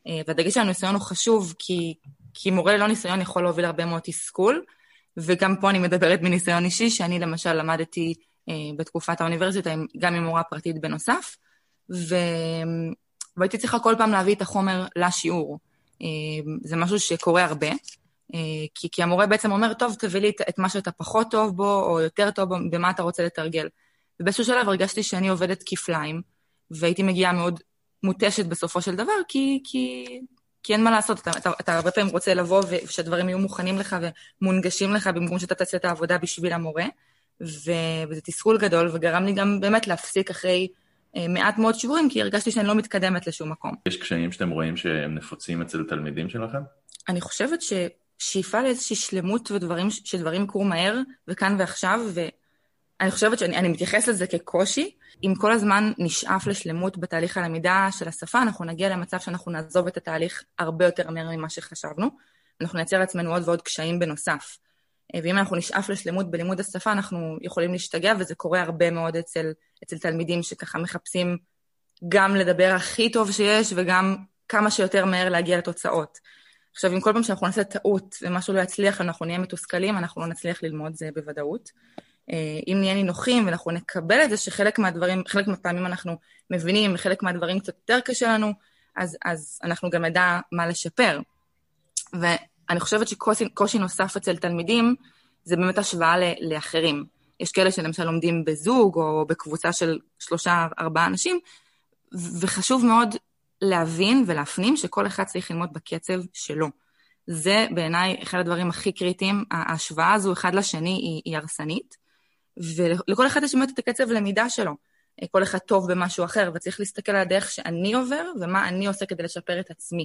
והדגש על הניסיון הוא חשוב, כי, כי מורה ללא ניסיון יכול להוביל הרבה מאוד תסכול, וגם פה אני מדברת מניסיון אישי, שאני למשל למדתי בתקופת האוניברסיטה, גם עם מורה פרטית בנוסף, ו... והייתי צריכה כל פעם להביא את החומר לשיעור. זה משהו שקורה הרבה, כי, כי המורה בעצם אומר, טוב, תביא לי את מה שאתה פחות טוב בו, או יותר טוב בו, במה אתה רוצה לתרגל. ובאיזשהו שלב הרגשתי שאני עובדת כפליים, והייתי מגיעה מאוד מוטשת בסופו של דבר, כי, כי, כי אין מה לעשות. אתה, אתה, אתה הרבה פעמים רוצה לבוא, ושהדברים יהיו מוכנים לך ומונגשים לך, במקום שאתה תעשה את העבודה בשביל המורה, וזה תסכול גדול, וגרם לי גם באמת להפסיק אחרי מעט מאוד שבועים, כי הרגשתי שאני לא מתקדמת לשום מקום. יש קשיים שאתם רואים שהם נפוצים אצל תלמידים שלכם? אני חושבת ששאיפה לאיזושהי שלמות ודברים, שדברים יקרו מהר, וכאן ועכשיו, ואני חושבת שאני אני מתייחס לזה כקושי. אם כל הזמן נשאף לשלמות בתהליך הלמידה של השפה, אנחנו נגיע למצב שאנחנו נעזוב את התהליך הרבה יותר מהר ממה שחשבנו. אנחנו נייצר לעצמנו עוד ועוד קשיים בנוסף. ואם אנחנו נשאף לשלמות בלימוד השפה, אנחנו יכולים להשתגע, וזה קורה הרבה מאוד אצל, אצל תלמידים שככה מחפשים גם לדבר הכי טוב שיש, וגם כמה שיותר מהר להגיע לתוצאות. עכשיו, אם כל פעם שאנחנו נעשה טעות, ומשהו לא יצליח, אנחנו נהיה מתוסכלים, אנחנו לא נצליח ללמוד זה בוודאות. אם נהיה נינוחים, ואנחנו נקבל את זה שחלק מהדברים, חלק מהפעמים אנחנו מבינים, חלק מהדברים קצת יותר קשה לנו, אז, אז אנחנו גם נדע מה לשפר. ו... אני חושבת שקושי נוסף אצל תלמידים, זה באמת השוואה לאחרים. יש כאלה שלמשל לומדים בזוג, או בקבוצה של שלושה, ארבעה אנשים, וחשוב מאוד להבין ולהפנים שכל אחד צריך ללמוד בקצב שלו. זה בעיניי אחד הדברים הכי קריטיים, ההשוואה הזו אחד לשני היא, היא הרסנית, ולכל אחד יש באמת את הקצב למידה שלו. כל אחד טוב במשהו אחר, וצריך להסתכל על הדרך שאני עובר, ומה אני עושה כדי לשפר את עצמי.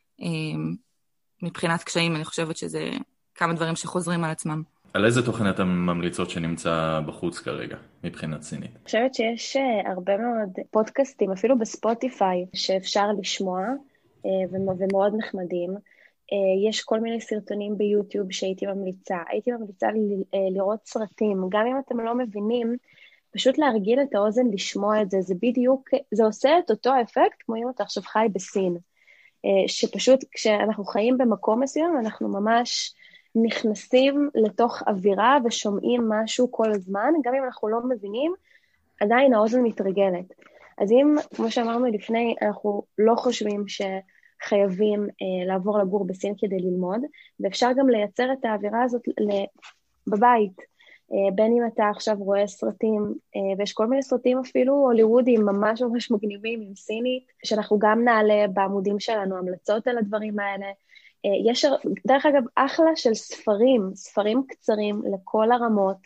מבחינת קשיים, אני חושבת שזה כמה דברים שחוזרים על עצמם. על איזה תוכן אתם ממליצות שנמצא בחוץ כרגע, מבחינת סינית? אני חושבת שיש הרבה מאוד פודקאסטים, אפילו בספוטיפיי, שאפשר לשמוע, ומאוד נחמדים. יש כל מיני סרטונים ביוטיוב שהייתי ממליצה. הייתי ממליצה לראות סרטים, גם אם אתם לא מבינים, פשוט להרגיל את האוזן לשמוע את זה. זה בדיוק, זה עושה את אותו אפקט, כמו אם אתה עכשיו חי בסין. שפשוט כשאנחנו חיים במקום מסוים, אנחנו ממש נכנסים לתוך אווירה ושומעים משהו כל הזמן, גם אם אנחנו לא מבינים, עדיין האוזן מתרגלת. אז אם, כמו שאמרנו לפני, אנחנו לא חושבים שחייבים אה, לעבור לגור בסין כדי ללמוד, ואפשר גם לייצר את האווירה הזאת בבית, בין אם אתה עכשיו רואה סרטים, ויש כל מיני סרטים אפילו הוליוודים ממש ממש מגניבים עם סינית, שאנחנו גם נעלה בעמודים שלנו המלצות על הדברים האלה. יש דרך אגב אחלה של ספרים, ספרים קצרים לכל הרמות,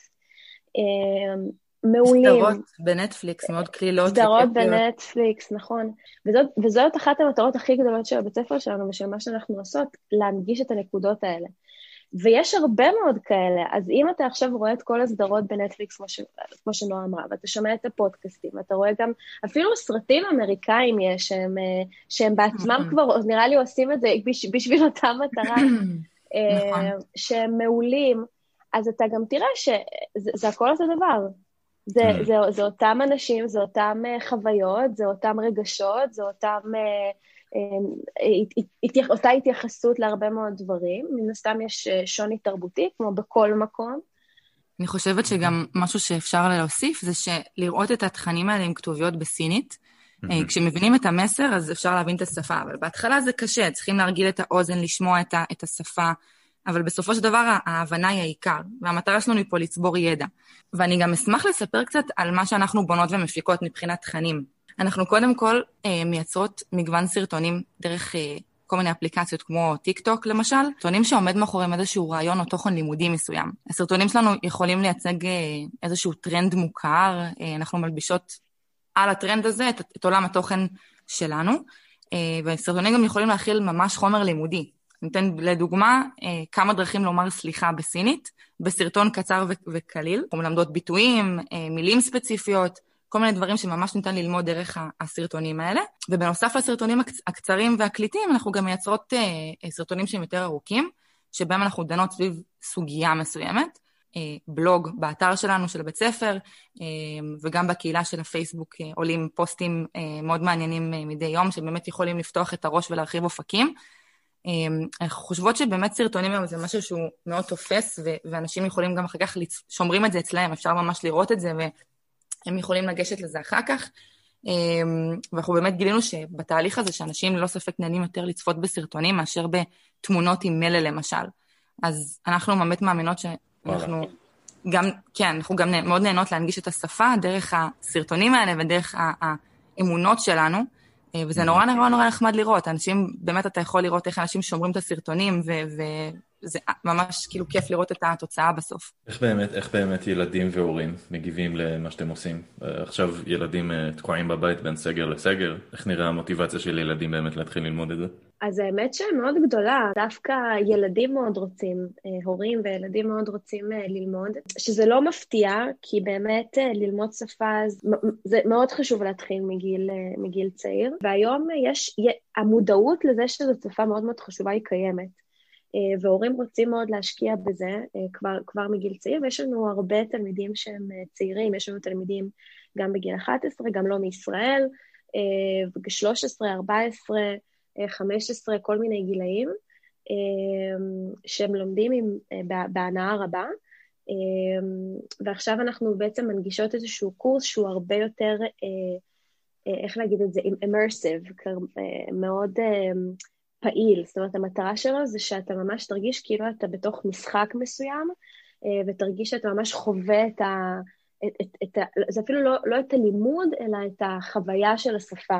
מעולים. סדרות בנטפליקס, מאוד כלילות. סדרות בנטפליקס, נכון. וזאת, וזאת אחת המטרות הכי גדולות של הבית ספר שלנו, ושל מה שאנחנו עושות, להנגיש את הנקודות האלה. ויש הרבה מאוד כאלה, אז אם אתה עכשיו רואה את כל הסדרות בנטפליקס, כמו, ש... כמו שנועה אמרה, ואתה שומע את הפודקאסטים, אתה רואה גם, אפילו סרטים אמריקאים יש, שהם, שהם בעצמם כבר, נראה לי עושים את זה בשביל אותה מטרה, שהם מעולים, אז אתה גם תראה שזה זה הכל אותו דבר. זה, זה, זה אותם אנשים, זה אותם חוויות, זה אותם רגשות, זה אותם... אותה התייחסות להרבה מאוד דברים, מן הסתם יש שוני תרבותי, כמו בכל מקום. אני חושבת שגם משהו שאפשר להוסיף, זה שלראות את התכנים האלה עם כתוביות בסינית, כשמבינים את המסר, אז אפשר להבין את השפה, אבל בהתחלה זה קשה, צריכים להרגיל את האוזן, לשמוע את השפה, אבל בסופו של דבר ההבנה היא העיקר, והמטרה שלנו היא פה לצבור ידע. ואני גם אשמח לספר קצת על מה שאנחנו בונות ומפיקות מבחינת תכנים. אנחנו קודם כל אה, מייצרות מגוון סרטונים דרך אה, כל מיני אפליקציות כמו טיק טוק למשל, סרטונים שעומד מאחוריהם איזשהו רעיון או תוכן לימודי מסוים. הסרטונים שלנו יכולים לייצג אה, איזשהו טרנד מוכר, אה, אנחנו מלבישות על הטרנד הזה את, את עולם התוכן שלנו, אה, והסרטונים גם יכולים להכיל ממש חומר לימודי. ניתן לדוגמה אה, כמה דרכים לומר סליחה בסינית, בסרטון קצר ו- וקליל, אנחנו מלמדות ביטויים, אה, מילים ספציפיות, כל מיני דברים שממש ניתן ללמוד דרך הסרטונים האלה. ובנוסף לסרטונים הקצרים והקליטים, אנחנו גם מייצרות סרטונים שהם יותר ארוכים, שבהם אנחנו דנות סביב סוגיה מסוימת, בלוג באתר שלנו, של בית ספר, וגם בקהילה של הפייסבוק עולים פוסטים מאוד מעניינים מדי יום, שבאמת יכולים לפתוח את הראש ולהרחיב אופקים. אנחנו חושבות שבאמת סרטונים היום זה משהו שהוא מאוד תופס, ואנשים יכולים גם אחר כך, שומרים את זה אצלהם, אפשר ממש לראות את זה, והם יכולים לגשת לזה אחר כך. ואנחנו באמת גילינו שבתהליך הזה, שאנשים ללא ספק נהנים יותר לצפות בסרטונים, מאשר בתמונות עם מלל למשל. אז אנחנו באמת מאמינות שאנחנו גם, כן, אנחנו גם מאוד נהנות להנגיש את השפה, דרך הסרטונים האלה ודרך האמונות שלנו, וזה נורא נורא נורא נחמד לראות. אנשים, באמת אתה יכול לראות איך אנשים שומרים את הסרטונים, וזה ממש כאילו כיף לראות את התוצאה בסוף. איך באמת, איך באמת ילדים והורים מגיבים למה שאתם עושים? עכשיו ילדים תקועים בבית בין סגר לסגר, איך נראה המוטיבציה של ילדים באמת להתחיל ללמוד את זה? אז האמת שמאוד גדולה, דווקא ילדים מאוד רוצים, הורים וילדים מאוד רוצים ללמוד, שזה לא מפתיע, כי באמת ללמוד שפה זה מאוד חשוב להתחיל מגיל, מגיל צעיר, והיום יש, המודעות לזה שזו שפה מאוד מאוד חשובה היא קיימת, והורים רוצים מאוד להשקיע בזה כבר, כבר מגיל צעיר, ויש לנו הרבה תלמידים שהם צעירים, יש לנו תלמידים גם בגיל אחת עשרה, גם לא מישראל, ב-שלוש עשרה, ארבע עשרה, חמש עשרה, כל מיני גילאים, שהם לומדים עם, בהנאה רבה, ועכשיו אנחנו בעצם מנגישות איזשהו קורס שהוא הרבה יותר, איך להגיד את זה, immersive, מאוד פעיל, זאת אומרת, המטרה שלו זה שאתה ממש תרגיש כאילו אתה בתוך משחק מסוים, ותרגיש שאתה ממש חווה את ה... את, את, את ה זה אפילו לא, לא את הלימוד, אלא את החוויה של השפה.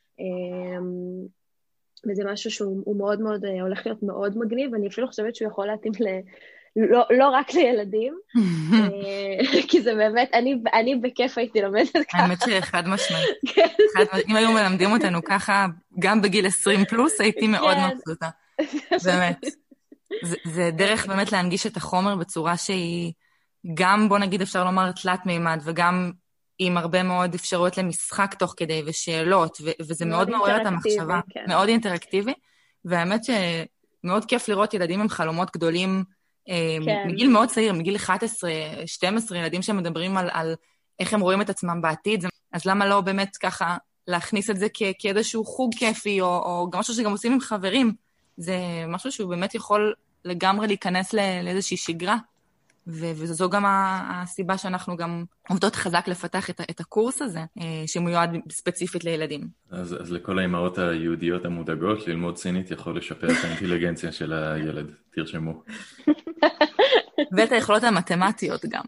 וזה משהו שהוא מאוד מאוד, הולך להיות מאוד מגניב, ואני אפילו חושבת שהוא יכול להתאים ל... לא, לא רק לילדים, כי זה באמת, אני, אני בכיף הייתי לומדת ככה. האמת שאחד משמעית. אם היו מלמדים אותנו ככה, גם בגיל עשרים פלוס, הייתי מאוד מבסוטה. באמת. זה, זה דרך באמת להנגיש את החומר בצורה שהיא, גם בוא נגיד אפשר לומר תלת מימד, וגם עם הרבה מאוד אפשרויות למשחק תוך כדי, ושאלות, ו- וזה מאוד מעורר את המחשבה. כן. מאוד אינטראקטיבי, והאמת שמאוד כיף לראות ילדים עם חלומות גדולים, כן. מגיל מאוד צעיר, מגיל אחת עשרה, שתים עשרה, ילדים שמדברים על, על איך הם רואים את עצמם בעתיד, אז למה לא באמת ככה להכניס את זה כ- כאיזשהו חוג כיפי, או, או גם משהו שגם עושים עם חברים, זה משהו שהוא באמת יכול לגמרי להיכנס לא- לאיזושהי שגרה, ו- וזו גם הסיבה שאנחנו גם עובדות חזק לפתח את, את הקורס הזה, שמיועד ספציפית לילדים. אז, אז לכל האימהות היהודיות המודאגות, ללמוד סינית יכול לשפר את האינטליגנציה של הילד, תרשמו. ואת היכולות המתמטיות גם.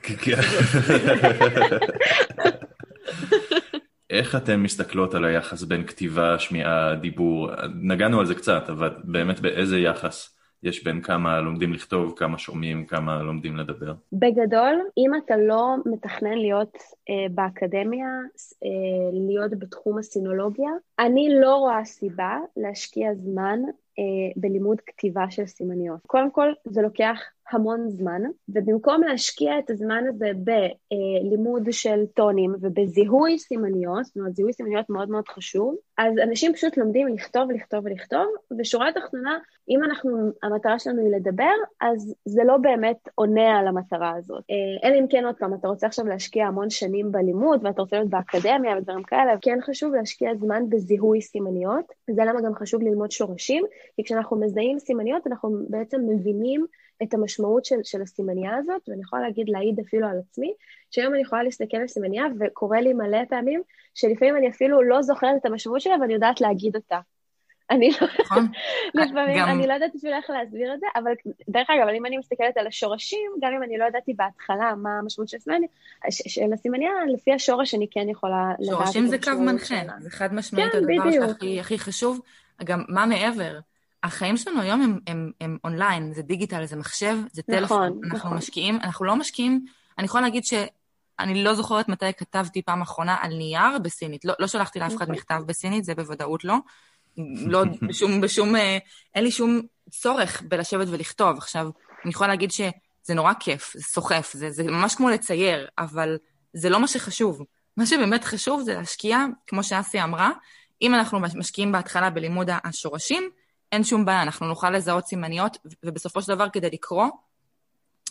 איך אתן מסתכלות על היחס בין כתיבה, שמיעה, דיבור? נגענו על זה קצת, אבל באמת באיזה יחס יש בין כמה לומדים לכתוב, כמה שומעים, כמה לומדים לדבר? בגדול, אם אתה לא מתכנן להיות אה, באקדמיה, אה, להיות בתחום הסינולוגיה, אני לא רואה סיבה להשקיע זמן אה, בלימוד כתיבה של סימניות. קודם כל, זה לוקח המון זמן, ובמקום להשקיע את הזמן הזה בלימוד של טונים ובזיהוי סימניות, זאת אומרת, זיהוי סימניות מאוד מאוד חשוב, אז אנשים פשוט לומדים לכתוב, לכתוב ולכתוב, ושורה התחתונה, אם אנחנו, המטרה שלנו היא לדבר, אז זה לא באמת עונה על המטרה הזאת. אלא אם כן עוד פעם, אתה רוצה עכשיו להשקיע המון שנים בלימוד, ואתה רוצה להיות באקדמיה ודברים כאלה, כן חשוב להשקיע זמן בזיהוי סימניות, וזה למה גם חשוב ללמוד שורשים, כי כשאנחנו מזהים סימניות, אנחנו בעצם מבינים את המשמעות של, של הסימניה הזאת, ואני יכולה להגיד, להעיד אפילו על עצמי, שהיום אני יכולה להסתכל על סימניה, וקורא לי מלא פעמים, שלפעמים אני אפילו לא זוכרת את המשמעות שלה, ואני יודעת להגיד אותה. אני לא, לפעמים, גם... אני לא יודעת אפילו איך להסביר את זה, אבל דרך אגב, אם אני מסתכלת על השורשים, גם אם אני לא ידעתי בהתחלה מה המשמעות של הסימניה, של הסימניה, לפי השורש אני כן יכולה לדעת. שורשים זה קו מנחה, זה חד משמעית כן, הדבר שהכי, הכי חשוב, גם מה מעבר, החיים שלנו היום הם, הם, הם אונליין, זה דיגיטל, זה מחשב, זה טלפון, נכון, אנחנו נכון. משקיעים, אנחנו לא משקיעים, אני יכולה להגיד שאני לא זוכרת מתי כתבתי פעם אחרונה על נייר בסינית, לא, לא שלחתי לאף אחד מכתב בסינית, זה בוודאות לא, לא בשום, בשום, אין לי שום צורך בלשבת ולכתוב, עכשיו, אני יכולה להגיד שזה נורא כיף, זה סוחף, זה, זה ממש כמו לצייר, אבל זה לא מה שחשוב, מה שבאמת חשוב זה להשקיע, כמו שאסי אמרה, אם אנחנו משקיעים בהתחלה בלימוד השורשים, אין שום בעיה, אנחנו נוכל לזהות סימניות, ובסופו של דבר כדי לקרוא,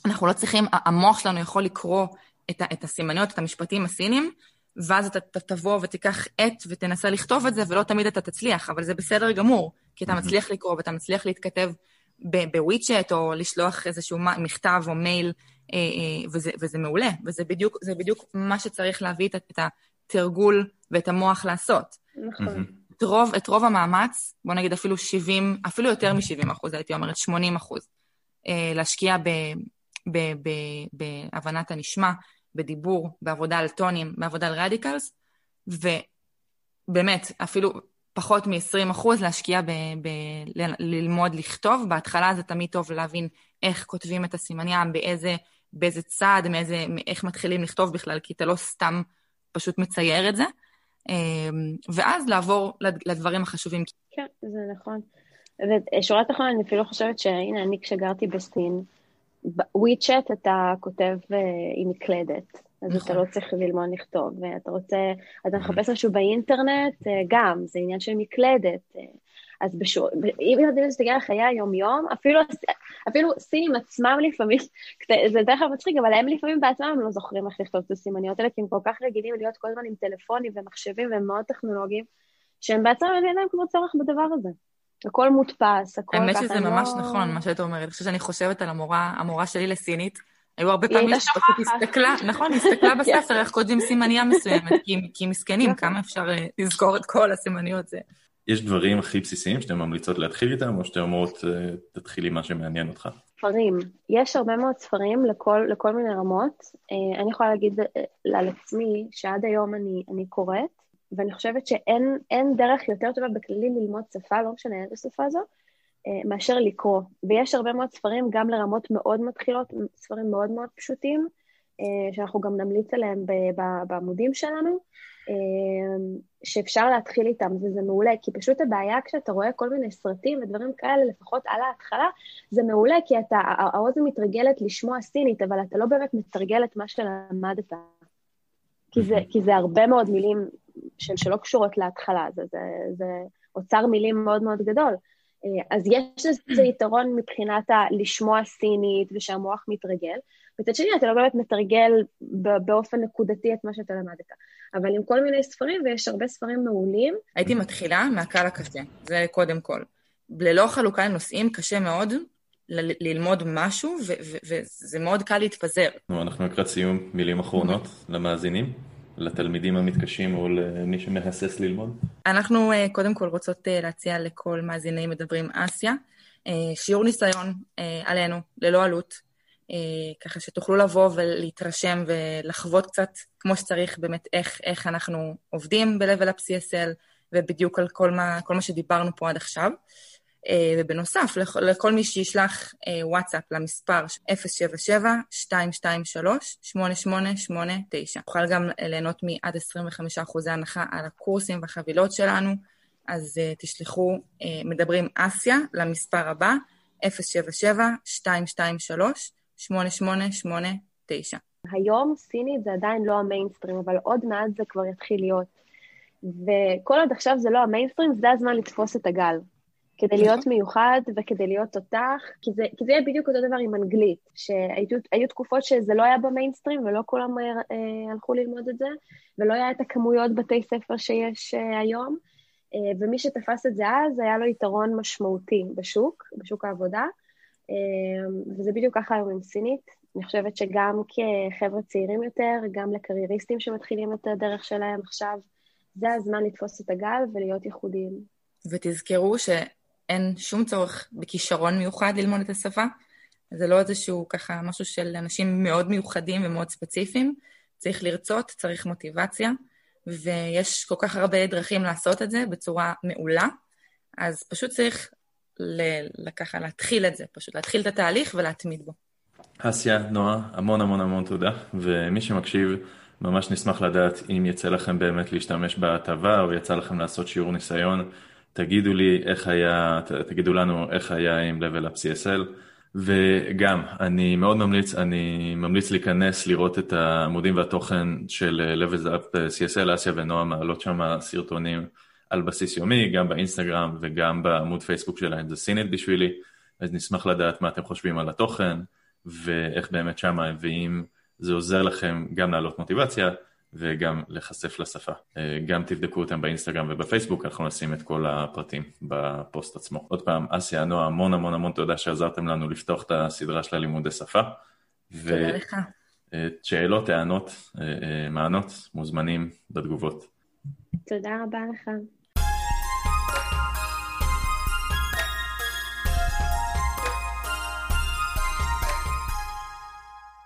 אנחנו לא צריכים, המוח שלנו יכול לקרוא את, את הסימניות, את המשפטים הסיניים, ואז אתה תבוא ותיקח עט ותנסה לכתוב את זה, ולא תמיד אתה תצליח, אבל זה בסדר גמור, כי אתה מצליח לקרוא ואתה מצליח להתכתב בוויצ'ט, או לשלוח איזשהו מכתב או מייל, וזה, וזה מעולה, וזה בדיוק, זה בדיוק מה שצריך להביא את, את התרגול ואת המוח לעשות. נכון. את רוב, את רוב המאמץ, בוא נגיד אפילו שבעים, אפילו יותר מ-שבעים אחוז, הייתי אומרת שמונים אחוז, להשקיע ב, ב, ב, בהבנת הנשמע, בדיבור, בעבודה על טונים, בעבודה על רדיקלס, ובאמת, אפילו פחות מ-עשרים אחוז להשקיע ב, ב, ל, ללמוד לכתוב. בהתחלה זה תמיד טוב להבין איך כותבים את הסימניה, באיזה, באיזה צעד, מאיזה, איך מתחילים לכתוב בכלל, כי אתה לא סתם פשוט מצייר את זה, ואז לעבור לדברים החשובים. כן, זה נכון. ושורת אחרונה, אני אפילו חושבת שהנה, אני כשגרתי בסין, וויצ'ט אתה כותב עם מקלדת, אז אתה לא צריך ללמוד לכתוב, ואתה רוצה, אתה מחפש משהו באינטרנט, גם, זה עניין של מקלדת, אז בשור, אם יודעים להסתכל על חיי היום-יום, אפילו, אפילו סינים עצמם לפעמים, זה דרך כלל מצחיק, אבל הם לפעמים בעצמם הם לא זוכרים איך לכתוב את הסימניות האלה, כי הם כל כך רגילים להיות כל הזמן עם טלפונים ומחשבים והם מאוד טכנולוגיים, שהם בעצמם אין להם כמו צורך בדבר הזה. הכל מודפס, הכל ככה. האמת שזה ממש נכון, מה שאת אומרת. אני חושבת שאני חושבת על המורה, המורה שלי לסינית, היו הרבה פעמים שפשוט הסתכלה, נכון, הסתכלה בספר איך כותבים סימניה מסוימת, כי מסכנים, כמה אפשר לזכור את כל הסימניות זה. יש דברים הכי בסיסיים שאתם ממליצות להתחיל איתם, או שאתם אומרות, תתחילי מה שמעניין אותך? ספרים. יש הרבה מאוד ספרים לכל, לכל מיני רמות. אני יכולה להגיד על עצמי שעד היום אני, אני קוראת, ואני חושבת שאין אין דרך יותר טובה בכללי ללמוד שפה, לא משנה איזה שפה זו, מאשר לקרוא. ויש הרבה מאוד ספרים, גם לרמות מאוד מתחילות, ספרים מאוד מאוד פשוטים, שאנחנו גם נמליץ עליהם בעמודים שלנו, שאפשר להתחיל איתם, וזה מעולה, כי פשוט הבעיה כשאתה רואה כל מיני סרטים ודברים כאלה, לפחות על ההתחלה, זה מעולה, כי אתה, האוזן מתרגלת לשמוע סינית, אבל אתה לא באמת מתרגל את מה שלמדת. כי זה, כי זה הרבה מאוד מילים של, שלא קשורות להתחלה, זה, זה, זה אוצר מילים מאוד מאוד גדול. אז יש איזה יתרון מבחינת לשמוע סינית ושהמוח מתרגל, מצד שני אתה לא באמת מתרגל באופן נקודתי את מה שאתה למדת, אבל עם כל מיני ספרים, ויש הרבה ספרים מעולים. הייתי מתחילה מהקל הקשה, זה קודם כל. ללא חלוקה לנושאים קשה מאוד ל- ללמוד משהו, ו- ו- וזה מאוד קל להתפזר. אנחנו לקראת סיום, מילים אחרונות למאזינים, לתלמידים המתקשים או למי שמהסס ללמוד. אנחנו קודם כל רוצות להציע לכל מאזינים מדברים אסיה, שיעור ניסיון עלינו, ללא עלות, ככה שתוכלו לבוא ולהתרשם ולחוות קצת כמו שצריך באמת איך, איך אנחנו עובדים ב-Level Up סי אס אל, ובדיוק על כל מה, כל מה שדיברנו פה עד עכשיו. ובנוסף, לכל מי שישלח וואטסאפ למספר אפס שבע שבע שתיים שתיים שלוש שמונה שמונה שמונה תשע. נוכל גם ליהנות מעד עשרים וחמישה אחוז הנחה על הקורסים והחבילות שלנו, אז תשלחו מדברים אסיה למספר הבא, אפס שבע שבע שתיים שתיים שלוש שמונה שמונה שמונה תשע. היום סינית זה עדיין לא המיינסטרים, אבל עוד מעט זה כבר יתחיל להיות. וכל עוד עכשיו זה לא המיינסטרים, זה הזמן לתפוס את הגל. כדי להיות מיוחד וכדי להיות תותח, כי זה, כי זה יהיה בדיוק אותו דבר עם אנגלית, שהיו תקופות שזה לא היה במיינסטרים, ולא כולם אה, הלכו ללמוד את זה, ולא היה את הכמויות בתי ספר שיש אה, היום, אה, ומי שתפס את זה אז, היה לו יתרון משמעותי בשוק, בשוק העבודה, אה, וזה בדיוק ככה היום עם סינית. אני חושבת שגם כחבר'ה צעירים יותר, גם לקרייריסטים שמתחילים את הדרך שלהם עכשיו, זה הזמן לתפוס את הגל ולהיות ייחודיים. ותזכרו ש... אין שום צורך בכישרון מיוחד ללמוד את השפה, זה לא איזשהו ככה משהו של אנשים מאוד מיוחדים ומאוד ספציפיים, צריך לרצות, צריך מוטיבציה, ויש כל כך הרבה דרכים לעשות את זה בצורה מעולה, אז פשוט צריך ככה להתחיל את זה, פשוט להתחיל את התהליך ולהתמיד בו. אסיה, נועה, המון המון המון תודה, ומי שמקשיב ממש נשמח לדעת אם יצא לכם באמת להשתמש בהטבה, או יצא לכם לעשות שיעור ניסיון, תגידו לי איך היה, תגידו לנו איך היה עם Level Up סי אס אל, וגם, אני מאוד ממליץ, אני ממליץ להיכנס, לראות את העמודים והתוכן של Level Up סי אס אל, אסיה ונועה מעלות שם סרטונים על בסיס יומי, גם באינסטגרם וגם בעמוד פייסבוק שלהם, זה סינית בשבילי, אז נשמח לדעת מה אתם חושבים על התוכן, ואיך באמת שמה, ואם זה עוזר לכם גם לעלות מוטיבציה, וגם לחשף לשפה. גם תבדקו אותם באינסטגרם ובפייסבוק, אנחנו נשים את כל הפרטים בפוסט עצמו. עוד פעם, אסיה, נועה, המון המון המון תודה שעזרתם לנו לפתוח את הסדרה של הלימודי שפה. תודה לך. שאלות, טענות, מענות, מוזמנים בתגובות. תודה רבה לך.